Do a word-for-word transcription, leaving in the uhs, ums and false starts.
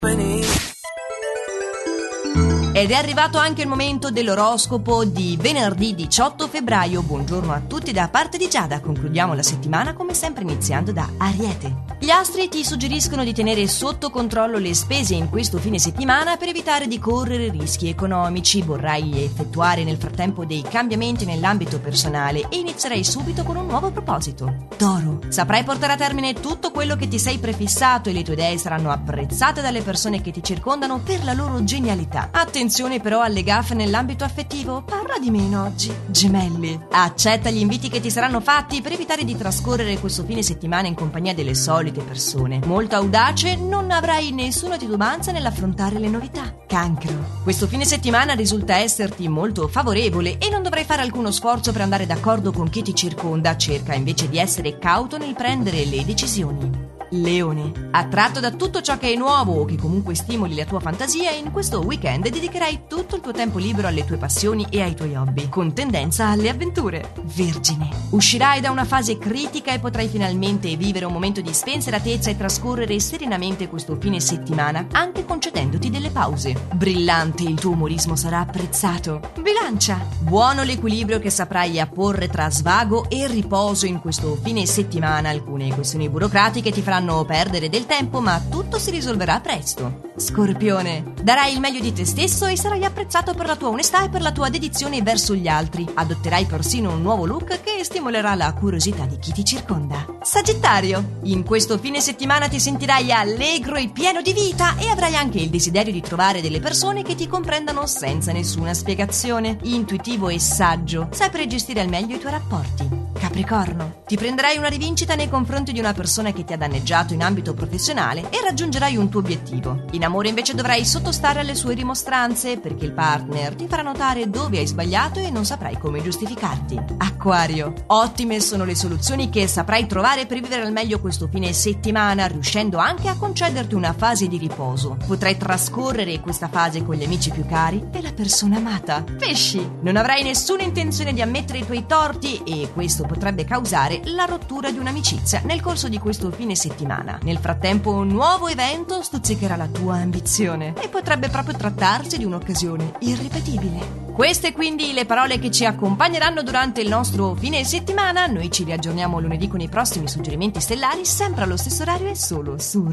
Ed è arrivato anche il momento dell'oroscopo di venerdì diciotto febbraio. Buongiorno a tutti da parte di Giada. Concludiamo la settimana come sempre iniziando da Ariete. Gli astri ti suggeriscono di tenere sotto controllo le spese in questo fine settimana per evitare di correre rischi economici. Vorrai effettuare nel frattempo dei cambiamenti nell'ambito personale e inizierai subito con un nuovo proposito. Toro, saprai portare a termine tutto quello che ti sei prefissato e le tue idee saranno apprezzate dalle persone che ti circondano per la loro genialità. Attenzione però alle gaffe nell'ambito affettivo. Parla di meno oggi. Gemelli, accetta gli inviti che ti saranno fatti per evitare di trascorrere questo fine settimana in compagnia delle solite persone. Molto audace, non avrai nessuna titubanza nell'affrontare le novità. Cancro, questo fine settimana risulta esserti molto favorevole e non dovrai fare alcuno sforzo per andare d'accordo con chi ti circonda. Cerca invece di essere cauto nel prendere le decisioni. Leone, attratto da tutto ciò che è nuovo o che comunque stimoli la tua fantasia, in questo weekend dedicherai tutto il tuo tempo libero alle tue passioni e ai tuoi hobby, con tendenza alle avventure. Vergine, uscirai da una fase critica e potrai finalmente vivere un momento di spensieratezza e trascorrere serenamente questo fine settimana, anche concedendoti delle pause. Brillante, il tuo umorismo sarà apprezzato. Bilancia, buono l'equilibrio che saprai apporre tra svago e riposo in questo fine settimana. Alcune questioni burocratiche ti faranno perdere del tempo, ma tutto si risolverà presto. Scorpione, darai il meglio di te stesso e sarai apprezzato per la tua onestà e per la tua dedizione verso gli altri. Adotterai persino un nuovo look che stimolerà la curiosità di chi ti circonda. Sagittario, in questo fine settimana ti sentirai allegro e pieno di vita e avrai anche il desiderio di trovare delle persone che ti comprendano senza nessuna spiegazione. Intuitivo e saggio, saprai gestire al meglio i tuoi rapporti. Capricorno, ti prenderai una rivincita nei confronti di una persona che ti ha danneggiato in ambito professionale e raggiungerai un tuo obiettivo. In amore invece dovrai sottostare alle sue rimostranze perché il partner ti farà notare dove hai sbagliato e non saprai come giustificarti. Acquario, ottime sono le soluzioni che saprai trovare per vivere al meglio questo fine settimana, riuscendo anche a concederti una fase di riposo. Potrai trascorrere questa fase con gli amici più cari e la persona amata. Pesci, non avrai nessuna intenzione di ammettere i tuoi torti e questo potrebbe causare la rottura di un'amicizia nel corso di questo fine settimana. Nel frattempo un nuovo evento stuzzicherà la tua ambizione e potrebbe proprio trattarsi di un'occasione irripetibile. Queste quindi le parole che ci accompagneranno durante il nostro fine settimana. Noi ci riaggiorniamo lunedì con i prossimi suggerimenti stellari, sempre allo stesso orario e solo su